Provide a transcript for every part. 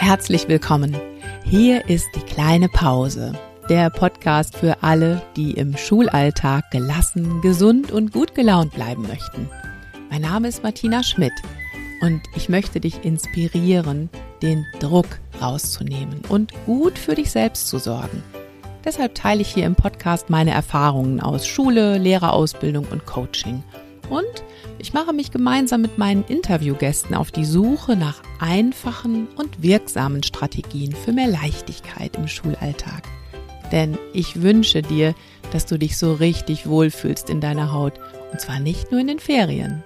Herzlich willkommen. Hier ist die kleine Pause, der Podcast für alle, die im Schulalltag gelassen, gesund und gut gelaunt bleiben möchten. Mein Name ist Martina Schmidt und ich möchte dich inspirieren, den Druck rauszunehmen und gut für dich selbst zu sorgen. Deshalb teile ich hier im Podcast meine Erfahrungen aus Schule, Lehrerausbildung und Coaching. Und ich mache mich gemeinsam mit meinen Interviewgästen auf die Suche nach einfachen und wirksamen Strategien für mehr Leichtigkeit im Schulalltag. Denn ich wünsche dir, dass du dich so richtig wohlfühlst in deiner Haut, und zwar nicht nur in den Ferien.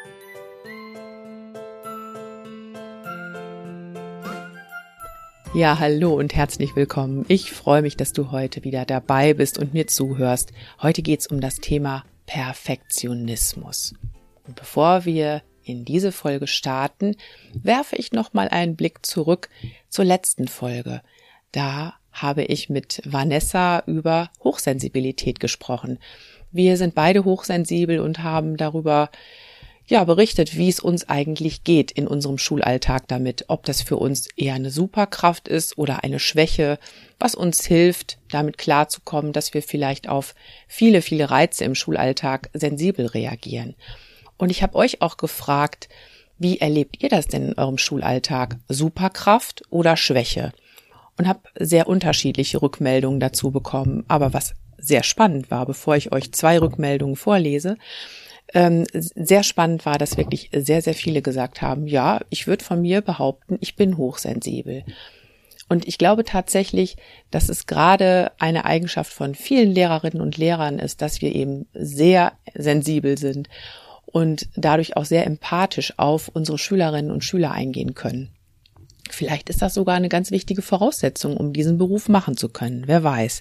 Ja, hallo und herzlich willkommen. Ich freue mich, dass du heute wieder dabei bist und mir zuhörst. Heute geht es um das Thema Perfektionismus. Und bevor wir in diese Folge starten, werfe ich nochmal einen Blick zurück zur letzten Folge. Da habe ich mit Vanessa über Hochsensibilität gesprochen. Wir sind beide hochsensibel und haben darüber berichtet, wie es uns eigentlich geht in unserem Schulalltag damit, ob das für uns eher eine Superkraft ist oder eine Schwäche, was uns hilft, damit klarzukommen, dass wir vielleicht auf viele, viele Reize im Schulalltag sensibel reagieren. Und ich habe euch auch gefragt, wie erlebt ihr das denn in eurem Schulalltag? Superkraft oder Schwäche? Und habe sehr unterschiedliche Rückmeldungen dazu bekommen. Aber was sehr spannend war, bevor ich euch 2 Rückmeldungen vorlese, sehr spannend war, dass wirklich sehr, sehr viele gesagt haben, ja, ich würde von mir behaupten, ich bin hochsensibel. Und ich glaube tatsächlich, dass es gerade eine Eigenschaft von vielen Lehrerinnen und Lehrern ist, dass wir eben sehr sensibel sind und dadurch auch sehr empathisch auf unsere Schülerinnen und Schüler eingehen können. Vielleicht ist das sogar eine ganz wichtige Voraussetzung, um diesen Beruf machen zu können, wer weiß.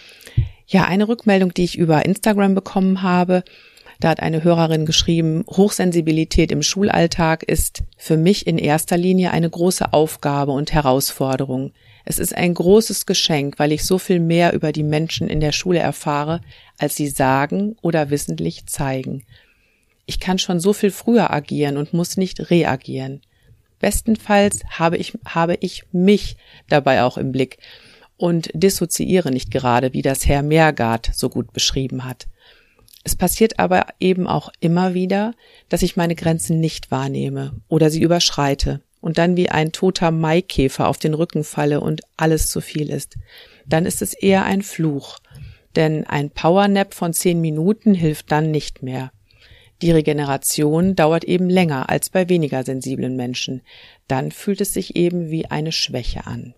Ja, eine Rückmeldung, die ich über Instagram bekommen habe, da hat eine Hörerin geschrieben, Hochsensibilität im Schulalltag ist für mich in erster Linie eine große Aufgabe und Herausforderung. Es ist ein großes Geschenk, weil ich so viel mehr über die Menschen in der Schule erfahre, als sie sagen oder wissentlich zeigen. Ich kann schon so viel früher agieren und muss nicht reagieren. Bestenfalls habe ich mich dabei auch im Blick und dissoziiere nicht gerade, wie das Herr Meergart so gut beschrieben hat. Es passiert aber eben auch immer wieder, dass ich meine Grenzen nicht wahrnehme oder sie überschreite und dann wie ein toter Maikäfer auf den Rücken falle und alles zu viel ist. Dann ist es eher ein Fluch, denn ein Powernap von 10 Minuten hilft dann nicht mehr. Die Regeneration dauert eben länger als bei weniger sensiblen Menschen. Dann fühlt es sich eben wie eine Schwäche an.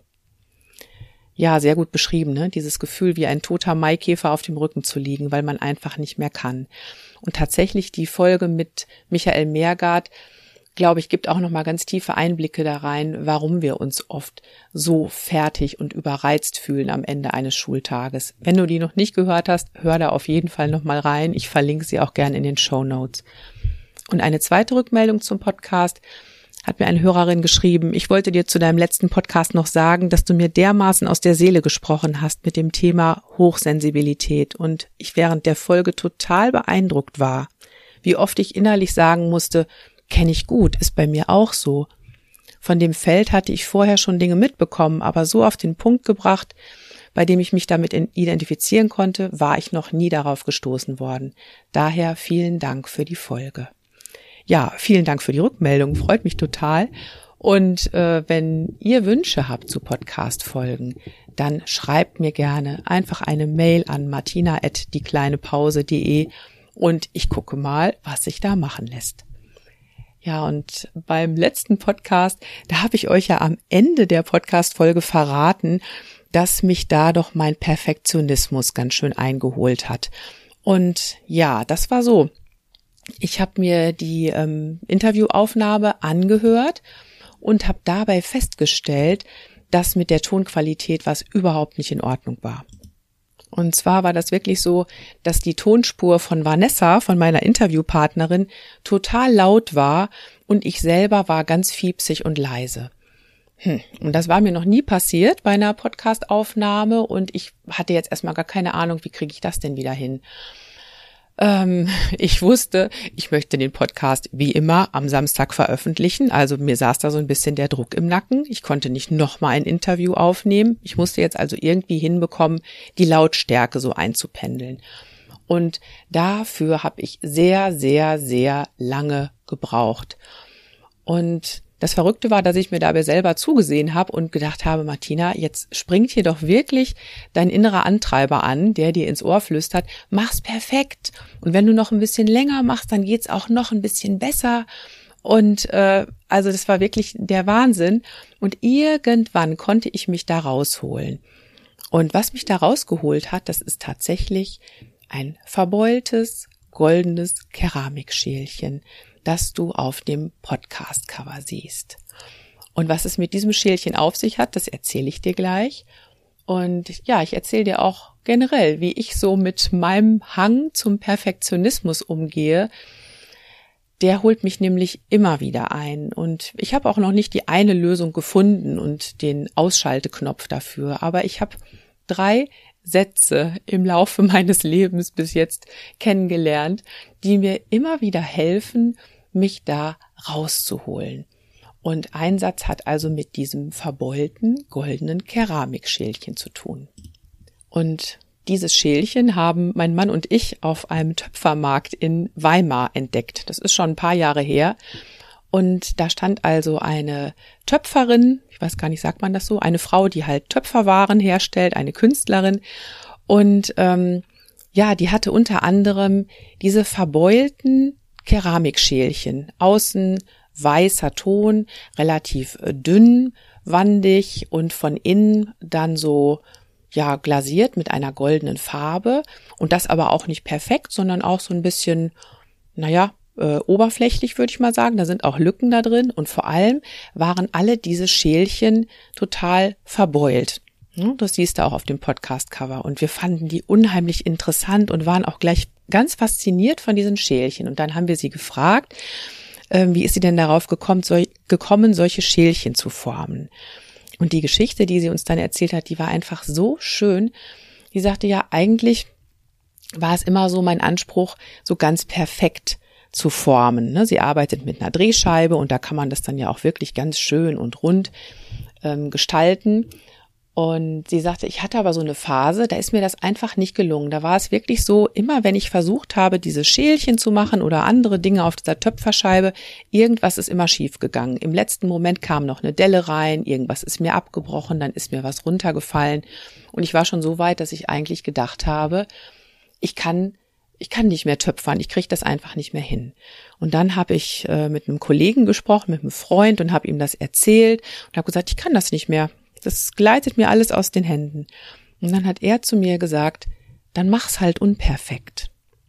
Ja, sehr gut beschrieben, ne? Dieses Gefühl, wie ein toter Maikäfer auf dem Rücken zu liegen, weil man einfach nicht mehr kann. Und tatsächlich die Folge mit Michael Meergart, glaube ich, gibt auch nochmal ganz tiefe Einblicke da rein, warum wir uns oft so fertig und überreizt fühlen am Ende eines Schultages. Wenn du die noch nicht gehört hast, hör da auf jeden Fall nochmal rein. Ich verlinke sie auch gerne in den Shownotes. Und eine zweite Rückmeldung zum Podcast hat mir eine Hörerin geschrieben, ich wollte dir zu deinem letzten Podcast noch sagen, dass du mir dermaßen aus der Seele gesprochen hast mit dem Thema Hochsensibilität und ich während der Folge total beeindruckt war, wie oft ich innerlich sagen musste, kenne ich gut, ist bei mir auch so. Von dem Feld hatte ich vorher schon Dinge mitbekommen, aber so auf den Punkt gebracht, bei dem ich mich damit identifizieren konnte, war ich noch nie darauf gestoßen worden. Daher vielen Dank für die Folge. Ja, vielen Dank für die Rückmeldung, freut mich total. Und wenn ihr Wünsche habt zu Podcast-Folgen, dann schreibt mir gerne einfach eine Mail an martina@diekleinepause.de und ich gucke mal, was sich da machen lässt. Ja, und beim letzten Podcast, da habe ich euch ja am Ende der Podcast-Folge verraten, dass mich da doch mein Perfektionismus ganz schön eingeholt hat. Und ja, das war so. Ich habe mir die Interviewaufnahme angehört und habe dabei festgestellt, dass mit der Tonqualität was überhaupt nicht in Ordnung war. Und zwar war das wirklich so, dass die Tonspur von Vanessa, von meiner Interviewpartnerin, total laut war und ich selber war ganz fiepsig und leise. Und das war mir noch nie passiert bei einer Podcast-Aufnahme und ich hatte jetzt erstmal gar keine Ahnung, wie kriege ich das denn wieder hin. Ich wusste, ich möchte den Podcast wie immer am Samstag veröffentlichen. Also mir saß da so ein bisschen der Druck im Nacken. Ich konnte nicht nochmal ein Interview aufnehmen. Ich musste jetzt also irgendwie hinbekommen, die Lautstärke so einzupendeln. Und dafür habe ich sehr, sehr, sehr lange gebraucht. Und das Verrückte war, dass ich mir dabei selber zugesehen habe und gedacht habe, Martina, jetzt springt hier doch wirklich dein innerer Antreiber an, der dir ins Ohr flüstert, mach's perfekt. Und wenn du noch ein bisschen länger machst, dann geht's auch noch ein bisschen besser. Und also das war wirklich der Wahnsinn. Und irgendwann konnte ich mich da rausholen. Und was mich da rausgeholt hat, das ist tatsächlich ein verbeultes, goldenes Keramikschälchen, das du auf dem Podcast-Cover siehst. Und was es mit diesem Schälchen auf sich hat, das erzähle ich dir gleich. Und ja, ich erzähle dir auch generell, wie ich so mit meinem Hang zum Perfektionismus umgehe. Der holt mich nämlich immer wieder ein. Und ich habe auch noch nicht die eine Lösung gefunden und den Ausschalteknopf dafür. Aber ich habe 3 Sätze im Laufe meines Lebens bis jetzt kennengelernt, die mir immer wieder helfen, mich da rauszuholen. Und ein Satz hat also mit diesem verbeulten goldenen Keramikschälchen zu tun. Und dieses Schälchen haben mein Mann und ich auf einem Töpfermarkt in Weimar entdeckt. Das ist schon ein paar Jahre her. Und da stand also eine Töpferin, ich weiß gar nicht, sagt man das so, eine Frau, die halt Töpferwaren herstellt, eine Künstlerin. Und ja, die hatte unter anderem diese verbeulten Keramikschälchen, außen weißer Ton, relativ dünn, wandig und von innen dann so ja glasiert mit einer goldenen Farbe und das aber auch nicht perfekt, sondern auch so ein bisschen, oberflächlich würde ich mal sagen. Da sind auch Lücken da drin und vor allem waren alle diese Schälchen total verbeult. Das siehst du auch auf dem Podcast-Cover und wir fanden die unheimlich interessant und waren auch gleich ganz fasziniert von diesen Schälchen. Und dann haben wir sie gefragt, wie ist sie denn darauf gekommen, solche Schälchen zu formen. Und die Geschichte, die sie uns dann erzählt hat, die war einfach so schön. Die sagte, ja, eigentlich war es immer so mein Anspruch, so ganz perfekt zu formen. Sie arbeitet mit einer Drehscheibe und da kann man das dann ja auch wirklich ganz schön und rund gestalten. Und sie sagte, ich hatte aber so eine Phase, da ist mir das einfach nicht gelungen. Da war es wirklich so, immer wenn ich versucht habe, diese Schälchen zu machen oder andere Dinge auf dieser Töpferscheibe, irgendwas ist immer schief gegangen. Im letzten Moment kam noch eine Delle rein, irgendwas ist mir abgebrochen, dann ist mir was runtergefallen. Und ich war schon so weit, dass ich eigentlich gedacht habe, ich kann nicht mehr töpfern, ich kriege das einfach nicht mehr hin. Und dann habe ich mit einem Kollegen gesprochen, mit einem Freund und habe ihm das erzählt und habe gesagt, ich kann das nicht mehr. Das gleitet mir alles aus den Händen. Und dann hat er zu mir gesagt, dann mach's halt unperfekt.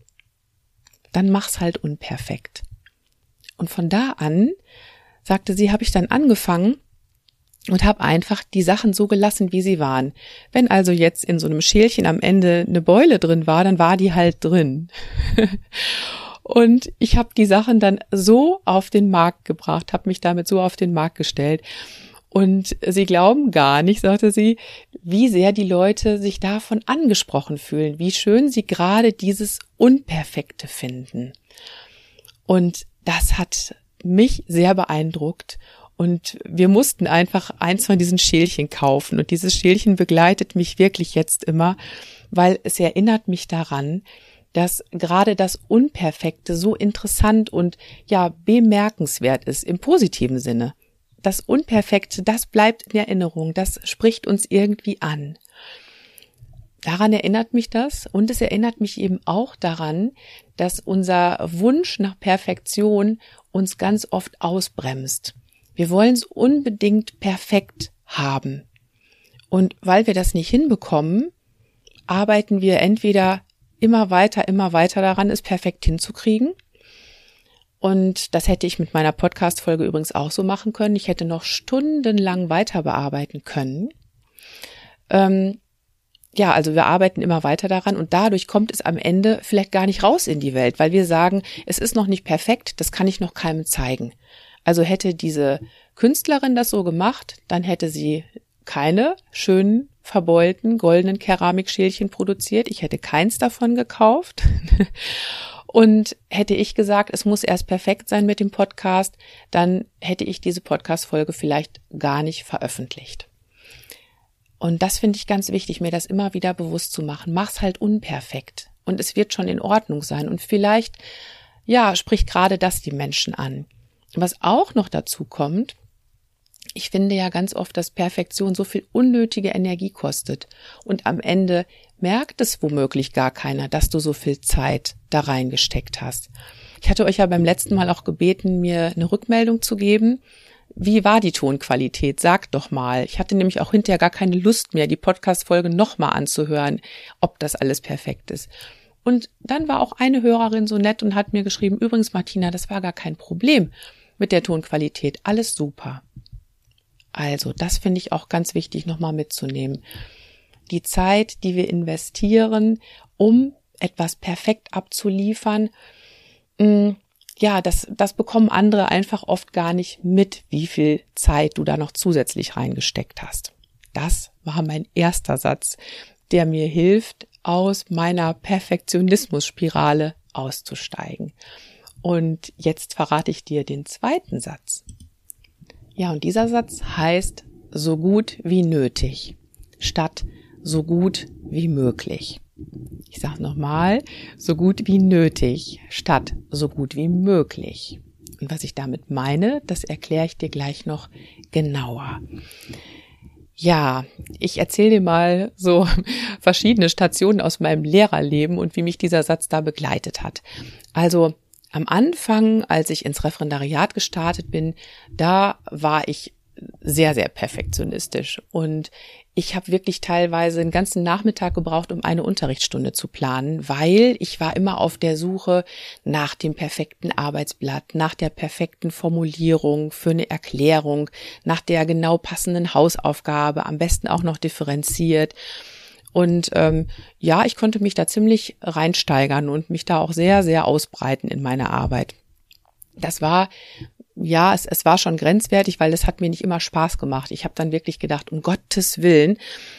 Dann mach's halt unperfekt. Und von da an, sagte sie, habe ich dann angefangen und habe einfach die Sachen so gelassen, wie sie waren. Wenn also jetzt in so einem Schälchen am Ende eine Beule drin war, dann war die halt drin. Und ich habe die Sachen dann so auf den Markt gebracht, habe mich damit so auf den Markt gestellt. Und sie glauben gar nicht, sagte sie, wie sehr die Leute sich davon angesprochen fühlen, wie schön sie gerade dieses Unperfekte finden. Und das hat mich sehr beeindruckt. Und wir mussten einfach eins von diesen Schälchen kaufen. Und dieses Schälchen begleitet mich wirklich jetzt immer, weil es erinnert mich daran, dass gerade das Unperfekte so interessant und ja bemerkenswert ist im positiven Sinne. Das Unperfekte, das bleibt in Erinnerung, das spricht uns irgendwie an. Daran erinnert mich das und es erinnert mich eben auch daran, dass unser Wunsch nach Perfektion uns ganz oft ausbremst. Wir wollen es unbedingt perfekt haben. Und weil wir das nicht hinbekommen, arbeiten wir entweder immer weiter daran, es perfekt hinzukriegen. Und das hätte ich mit meiner Podcast-Folge übrigens auch so machen können. Ich hätte noch stundenlang weiter bearbeiten können. Also wir arbeiten immer weiter daran und dadurch kommt es am Ende vielleicht gar nicht raus in die Welt, weil wir sagen, es ist noch nicht perfekt, das kann ich noch keinem zeigen. Also hätte diese Künstlerin das so gemacht, dann hätte sie keine schönen, verbeulten, goldenen Keramikschälchen produziert. Ich hätte keins davon gekauft. Und hätte ich gesagt, es muss erst perfekt sein mit dem Podcast, dann hätte ich diese Podcast-Folge vielleicht gar nicht veröffentlicht. Und das finde ich ganz wichtig, mir das immer wieder bewusst zu machen. Mach's halt unperfekt und es wird schon in Ordnung sein. Und vielleicht, ja, spricht gerade das die Menschen an. Was auch noch dazu kommt, ich finde ja ganz oft, dass Perfektion so viel unnötige Energie kostet. Und am Ende merkt es womöglich gar keiner, dass du so viel Zeit da reingesteckt hast. Ich hatte euch ja beim letzten Mal auch gebeten, mir eine Rückmeldung zu geben. Wie war die Tonqualität? Sagt doch mal. Ich hatte nämlich auch hinterher gar keine Lust mehr, die Podcast-Folge nochmal anzuhören, ob das alles perfekt ist. Und dann war auch eine Hörerin so nett und hat mir geschrieben, übrigens Martina, das war gar kein Problem mit der Tonqualität. Alles super. Also, das finde ich auch ganz wichtig, nochmal mitzunehmen. Die Zeit, die wir investieren, um etwas perfekt abzuliefern, ja, das bekommen andere einfach oft gar nicht mit, wie viel Zeit du da noch zusätzlich reingesteckt hast. Das war mein erster Satz, der mir hilft, aus meiner Perfektionismus-Spirale auszusteigen. Und jetzt verrate ich dir den zweiten Satz. Ja, und dieser Satz heißt so gut wie nötig statt so gut wie möglich. Ich sage nochmal, so gut wie nötig statt so gut wie möglich. Und was ich damit meine, das erkläre ich dir gleich noch genauer. Ja, ich erzähle dir mal so verschiedene Stationen aus meinem Lehrerleben und wie mich dieser Satz da begleitet hat. Also am Anfang, als ich ins Referendariat gestartet bin, da war ich sehr, sehr perfektionistisch und ich habe wirklich teilweise einen ganzen Nachmittag gebraucht, um eine Unterrichtsstunde zu planen, weil ich war immer auf der Suche nach dem perfekten Arbeitsblatt, nach der perfekten Formulierung für eine Erklärung, nach der genau passenden Hausaufgabe, am besten auch noch differenziert. Und ja, ich konnte mich da ziemlich reinsteigern und mich da auch sehr, sehr ausbreiten in meiner Arbeit. Das war, ja, es war schon grenzwertig, weil es hat mir nicht immer Spaß gemacht. Ich habe dann wirklich gedacht, um Gottes Willen,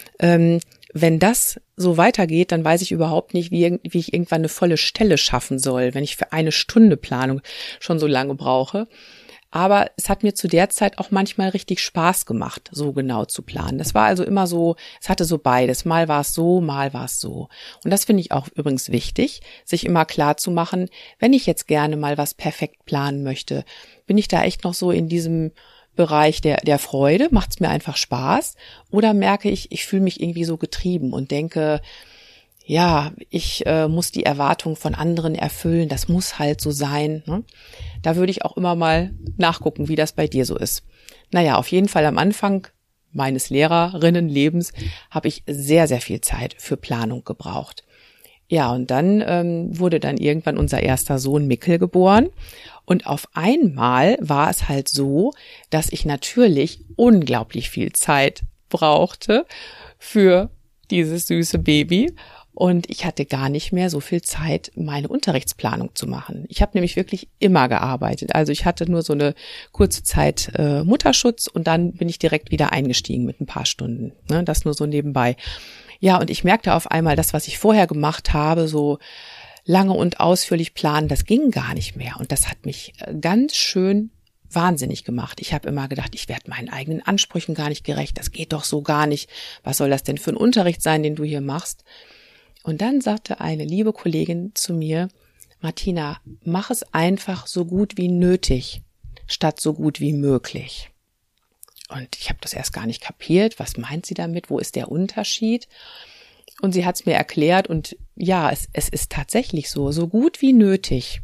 wenn das so weitergeht, dann weiß ich überhaupt nicht, wie ich irgendwann eine volle Stelle schaffen soll, wenn ich für eine Stunde Planung schon so lange brauche. Aber es hat mir zu der Zeit auch manchmal richtig Spaß gemacht, so genau zu planen. Das war also immer so, es hatte so beides. Mal war es so, mal war es so. Und das finde ich auch übrigens wichtig, sich immer klar zu machen, wenn ich jetzt gerne mal was perfekt planen möchte, bin ich da echt noch so in diesem Bereich der Freude, macht es mir einfach Spaß? Oder merke ich fühle mich irgendwie so getrieben und denke, ja, ich muss die Erwartungen von anderen erfüllen, das muss halt so sein. Ne? Da würde ich auch immer mal nachgucken, wie das bei dir so ist. Naja, auf jeden Fall am Anfang meines Lehrerinnenlebens habe ich sehr, sehr viel Zeit für Planung gebraucht. Ja, und dann wurde dann irgendwann unser erster Sohn Mikkel geboren. Und auf einmal war es halt so, dass ich natürlich unglaublich viel Zeit brauchte für dieses süße Baby. Und ich hatte gar nicht mehr so viel Zeit, meine Unterrichtsplanung zu machen. Ich habe nämlich wirklich immer gearbeitet. Also ich hatte nur so eine kurze Zeit Mutterschutz und dann bin ich direkt wieder eingestiegen mit ein paar Stunden. Ne? Das nur so nebenbei. Ja, und ich merkte auf einmal, das, was ich vorher gemacht habe, so lange und ausführlich planen, das ging gar nicht mehr. Und das hat mich ganz schön wahnsinnig gemacht. Ich habe immer gedacht, ich werde meinen eigenen Ansprüchen gar nicht gerecht. Das geht doch so gar nicht. Was soll das denn für ein Unterricht sein, den du hier machst? Und dann sagte eine liebe Kollegin zu mir, Martina, mach es einfach so gut wie nötig, statt so gut wie möglich. Und ich habe das erst gar nicht kapiert. Was meint sie damit? Wo ist der Unterschied? Und sie hat es mir erklärt und ja, es ist tatsächlich so gut wie nötig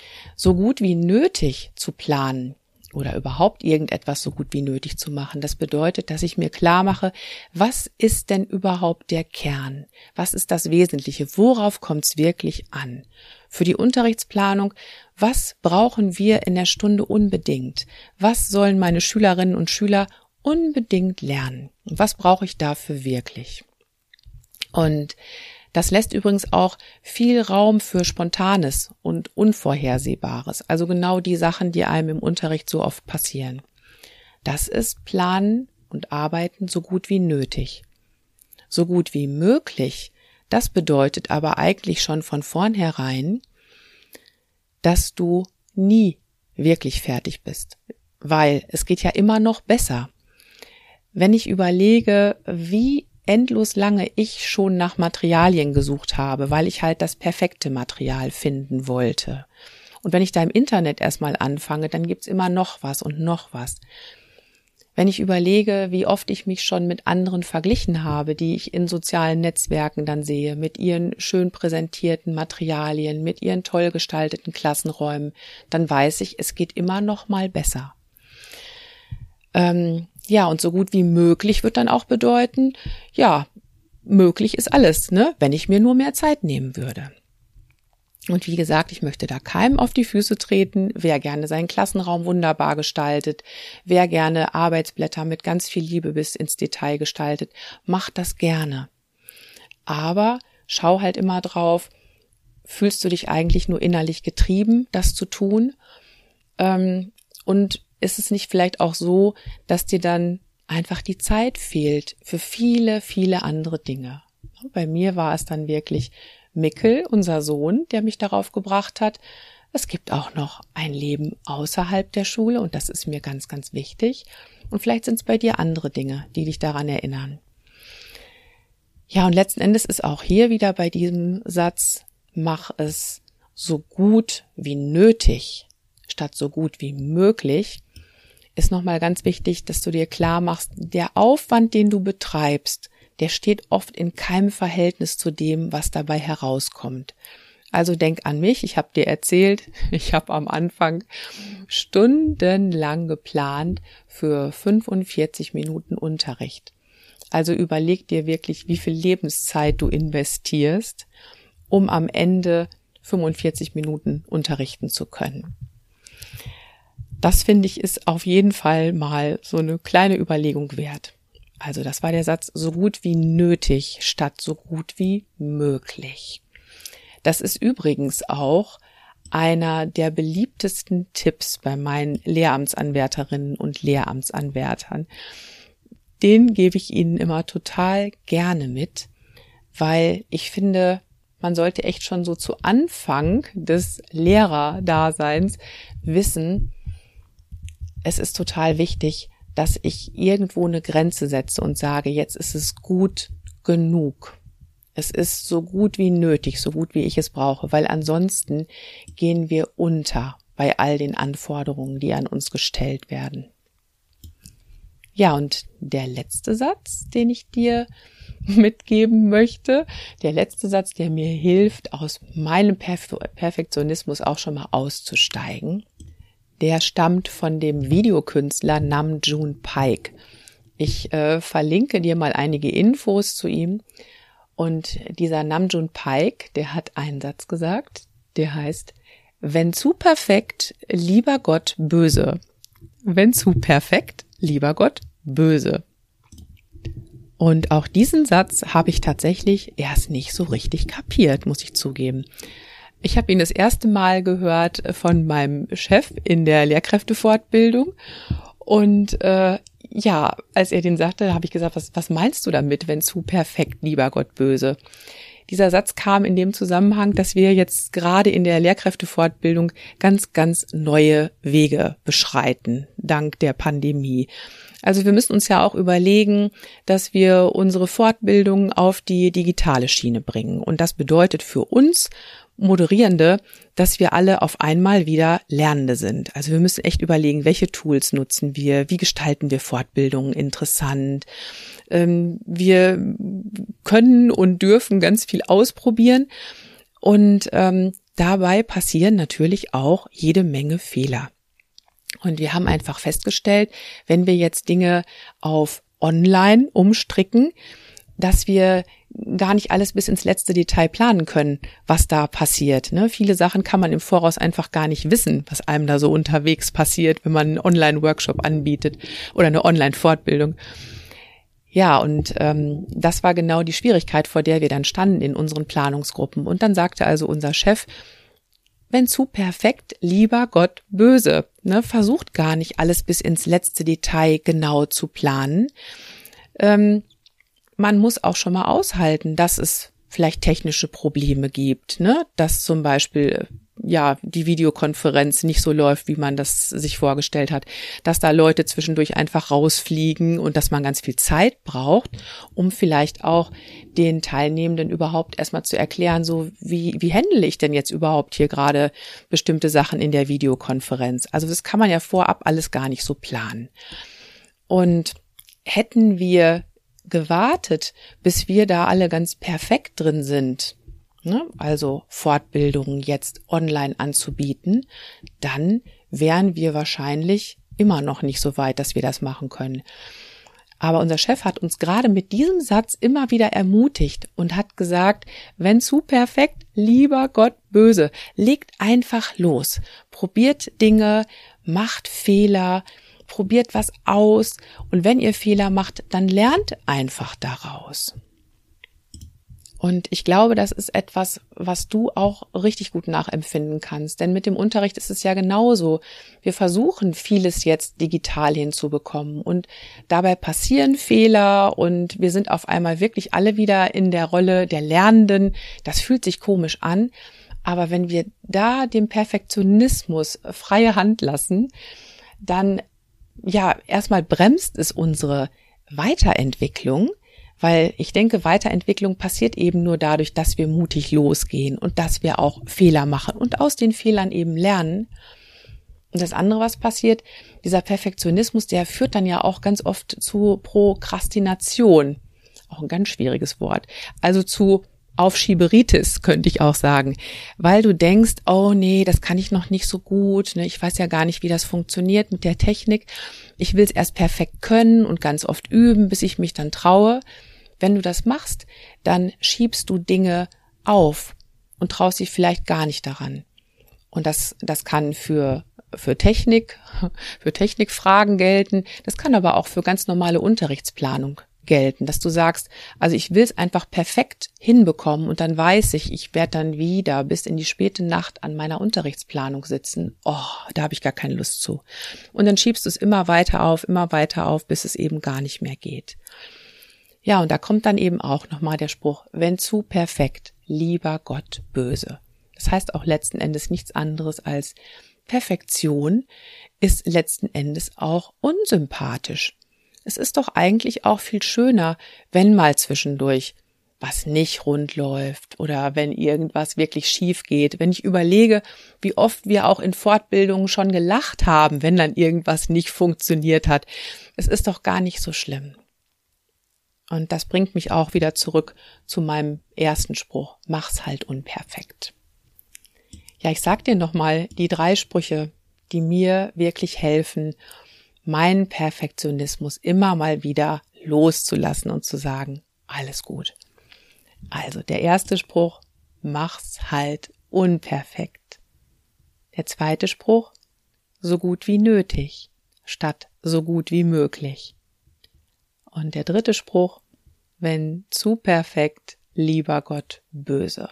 zu planen oder überhaupt irgendetwas so gut wie nötig zu machen. Das bedeutet, dass ich mir klar mache, was ist denn überhaupt der Kern? Was ist das Wesentliche? Worauf kommt es wirklich an? Für die Unterrichtsplanung, was brauchen wir in der Stunde unbedingt? Was sollen meine Schülerinnen und Schüler unbedingt lernen? Und was brauche ich dafür wirklich? Und das lässt übrigens auch viel Raum für Spontanes und Unvorhersehbares, also genau die Sachen, die einem im Unterricht so oft passieren. Das ist Planen und arbeiten so gut wie nötig. So gut wie möglich, das bedeutet aber eigentlich schon von vornherein, dass du nie wirklich fertig bist, weil es geht ja immer noch besser. Wenn ich überlege, wie endlos lange ich schon nach Materialien gesucht habe, weil ich halt das perfekte Material finden wollte. Und wenn ich da im Internet erstmal anfange, dann gibt's immer noch was und noch was. Wenn ich überlege, wie oft ich mich schon mit anderen verglichen habe, die ich in sozialen Netzwerken dann sehe, mit ihren schön präsentierten Materialien, mit ihren toll gestalteten Klassenräumen, dann weiß ich, es geht immer noch mal besser. Und so gut wie möglich wird dann auch bedeuten, möglich ist alles, ne, wenn ich mir nur mehr Zeit nehmen würde. Und wie gesagt, ich möchte da keinem auf die Füße treten, wer gerne seinen Klassenraum wunderbar gestaltet, wer gerne Arbeitsblätter mit ganz viel Liebe bis ins Detail gestaltet, macht das gerne. Aber schau halt immer drauf, fühlst du dich eigentlich nur innerlich getrieben, das zu tun? Und ist es nicht vielleicht auch so, dass dir dann einfach die Zeit fehlt für viele, viele andere Dinge? Bei mir war es dann wirklich Mikkel, unser Sohn, der mich darauf gebracht hat, es gibt auch noch ein Leben außerhalb der Schule und das ist mir ganz, ganz wichtig. Und vielleicht sind es bei dir andere Dinge, die dich daran erinnern. Ja, und letzten Endes ist auch hier wieder bei diesem Satz, mach es so gut wie nötig, statt so gut wie möglich, ist nochmal ganz wichtig, dass du dir klar machst, der Aufwand, den du betreibst, der steht oft in keinem Verhältnis zu dem, was dabei herauskommt. Also denk an mich, ich habe dir erzählt, ich habe am Anfang stundenlang geplant für 45 Minuten Unterricht. Also überleg dir wirklich, wie viel Lebenszeit du investierst, um am Ende 45 Minuten unterrichten zu können. Das finde ich ist auf jeden Fall mal so eine kleine Überlegung wert. Also das war der Satz, so gut wie nötig statt so gut wie möglich. Das ist übrigens auch einer der beliebtesten Tipps bei meinen Lehramtsanwärterinnen und Lehramtsanwärtern. Den gebe ich ihnen immer total gerne mit, weil ich finde, man sollte echt schon so zu Anfang des Lehrerdaseins wissen, es ist total wichtig, dass ich irgendwo eine Grenze setze und sage, jetzt ist es gut genug. Es ist so gut wie nötig, so gut wie ich es brauche, weil ansonsten gehen wir unter bei all den Anforderungen, die an uns gestellt werden. Ja, und der letzte Satz, den ich dir mitgeben möchte, der letzte Satz, der mir hilft, aus meinem Perfektionismus auch schon mal auszusteigen, der stammt von dem Videokünstler Nam June Paik. Ich verlinke dir mal einige Infos zu ihm. Und dieser Nam June Paik, der hat einen Satz gesagt, der heißt, wenn zu perfekt, lieber Gott, böse. Wenn zu perfekt, lieber Gott, böse. Und auch diesen Satz habe ich tatsächlich erst nicht so richtig kapiert, muss ich zugeben. Ich habe ihn das erste Mal gehört von meinem Chef in der Lehrkräftefortbildung und als er den sagte, habe ich gesagt, was meinst du damit, wenn zu perfekt, lieber Gott, böse? Dieser Satz kam in dem Zusammenhang, dass wir jetzt gerade in der Lehrkräftefortbildung ganz, ganz neue Wege beschreiten, dank der Pandemie. Also wir müssen uns ja auch überlegen, dass wir unsere Fortbildung auf die digitale Schiene bringen. Und das bedeutet für uns Moderierende, dass wir alle auf einmal wieder Lernende sind. Also wir müssen echt überlegen, welche Tools nutzen wir, wie gestalten wir Fortbildungen interessant. Wir können und dürfen ganz viel ausprobieren und dabei passieren natürlich auch jede Menge Fehler. Und wir haben einfach festgestellt, wenn wir jetzt Dinge auf online umstricken, dass wir gar nicht alles bis ins letzte Detail planen können, was da passiert. Ne? Viele Sachen kann man im Voraus einfach gar nicht wissen, was einem da so unterwegs passiert, wenn man einen Online-Workshop anbietet oder eine Online-Fortbildung. Ja, und das war genau die Schwierigkeit, vor der wir dann standen in unseren Planungsgruppen. Und dann sagte also unser Chef, wenn zu perfekt, lieber Gott böse. Ne? Versucht gar nicht alles bis ins letzte Detail genau zu planen. Man muss auch schon mal aushalten, dass es vielleicht technische Probleme gibt, ne? Dass zum Beispiel die Videokonferenz nicht so läuft, wie man das sich vorgestellt hat, dass da Leute zwischendurch einfach rausfliegen und dass man ganz viel Zeit braucht, um vielleicht auch den Teilnehmenden überhaupt erstmal zu erklären, so wie handle ich denn jetzt überhaupt hier gerade bestimmte Sachen in der Videokonferenz. Also das kann man ja vorab alles gar nicht so planen. Und hätten wir gewartet, bis wir da alle ganz perfekt drin sind, ne? Also Fortbildungen jetzt online anzubieten, dann wären wir wahrscheinlich immer noch nicht so weit, dass wir das machen können. Aber unser Chef hat uns gerade mit diesem Satz immer wieder ermutigt und hat gesagt, wenn zu perfekt, lieber Gott böse, legt einfach los, probiert Dinge, macht Fehler, probiert was aus und wenn ihr Fehler macht, dann lernt einfach daraus. Und ich glaube, das ist etwas, was du auch richtig gut nachempfinden kannst, denn mit dem Unterricht ist es ja genauso. Wir versuchen vieles jetzt digital hinzubekommen und dabei passieren Fehler und wir sind auf einmal wirklich alle wieder in der Rolle der Lernenden. Das fühlt sich komisch an, aber wenn wir da dem Perfektionismus freie Hand lassen, dann erstmal bremst es unsere Weiterentwicklung, weil ich denke, Weiterentwicklung passiert eben nur dadurch, dass wir mutig losgehen und dass wir auch Fehler machen und aus den Fehlern eben lernen. Und das andere, was passiert, dieser Perfektionismus, der führt dann ja auch ganz oft zu Prokrastination. Auch ein ganz schwieriges Wort. Also zu Aufschieberitis, könnte ich auch sagen, weil du denkst, oh nee, das kann ich noch nicht so gut, ne? Ich weiß ja gar nicht, wie das funktioniert mit der Technik. Ich will es erst perfekt können und ganz oft üben, bis ich mich dann traue. Wenn du das machst, dann schiebst du Dinge auf und traust dich vielleicht gar nicht daran. Und das kann für Technik, für Technikfragen gelten. Das kann aber auch für ganz normale Unterrichtsplanung gelten, dass du sagst, also ich will es einfach perfekt hinbekommen und dann weiß ich werde dann wieder bis in die späte Nacht an meiner Unterrichtsplanung sitzen. Oh, da habe ich gar keine Lust zu. Und dann schiebst du es immer weiter auf, bis es eben gar nicht mehr geht. Ja, und da kommt dann eben auch nochmal der Spruch, wenn zu perfekt, lieber Gott böse. Das heißt auch letzten Endes nichts anderes als Perfektion ist letzten Endes auch unsympathisch. Es ist doch eigentlich auch viel schöner, wenn mal zwischendurch was nicht rund läuft oder wenn irgendwas wirklich schief geht. Wenn ich überlege, wie oft wir auch in Fortbildungen schon gelacht haben, wenn dann irgendwas nicht funktioniert hat. Es ist doch gar nicht so schlimm. Und das bringt mich auch wieder zurück zu meinem ersten Spruch. Mach's halt unperfekt. Ja, ich sag dir nochmal die 3 Sprüche, die mir wirklich helfen, meinen Perfektionismus immer mal wieder loszulassen und zu sagen, alles gut. Also der erste Spruch, mach's halt unperfekt. Der zweite Spruch, so gut wie nötig, statt so gut wie möglich. Und der dritte Spruch, wenn zu perfekt, lieber Gott böse.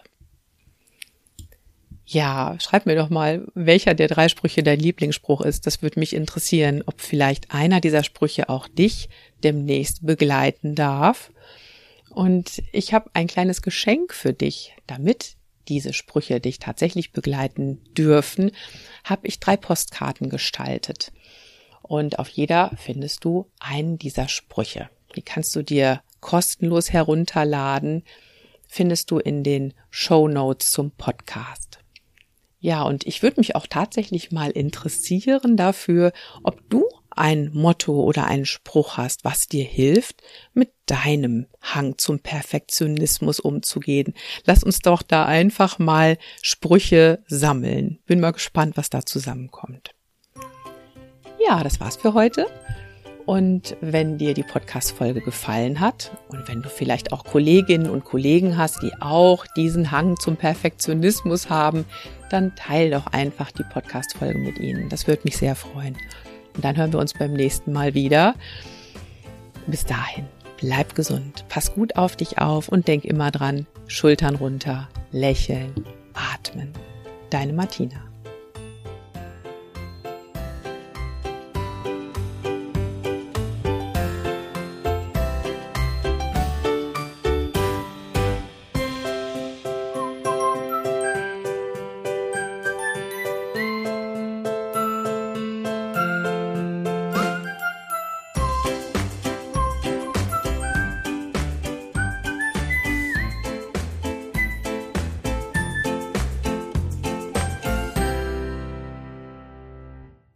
Ja, schreib mir doch mal, welcher der 3 Sprüche dein Lieblingsspruch ist. Das würde mich interessieren, ob vielleicht einer dieser Sprüche auch dich demnächst begleiten darf. Und ich habe ein kleines Geschenk für dich, damit diese Sprüche dich tatsächlich begleiten dürfen, habe ich 3 Postkarten gestaltet. Und auf jeder findest du einen dieser Sprüche. Die kannst du dir kostenlos herunterladen, findest du in den Shownotes zum Podcast. Ja, und ich würde mich auch tatsächlich mal interessieren dafür, ob du ein Motto oder einen Spruch hast, was dir hilft, mit deinem Hang zum Perfektionismus umzugehen. Lass uns doch da einfach mal Sprüche sammeln. Bin mal gespannt, was da zusammenkommt. Ja, das war's für heute. Und wenn dir die Podcast-Folge gefallen hat und wenn du vielleicht auch Kolleginnen und Kollegen hast, die auch diesen Hang zum Perfektionismus haben, dann teile doch einfach die Podcast-Folge mit ihnen. Das würde mich sehr freuen. Und dann hören wir uns beim nächsten Mal wieder. Bis dahin, bleib gesund, pass gut auf dich auf und denk immer dran, Schultern runter, lächeln, atmen. Deine Martina.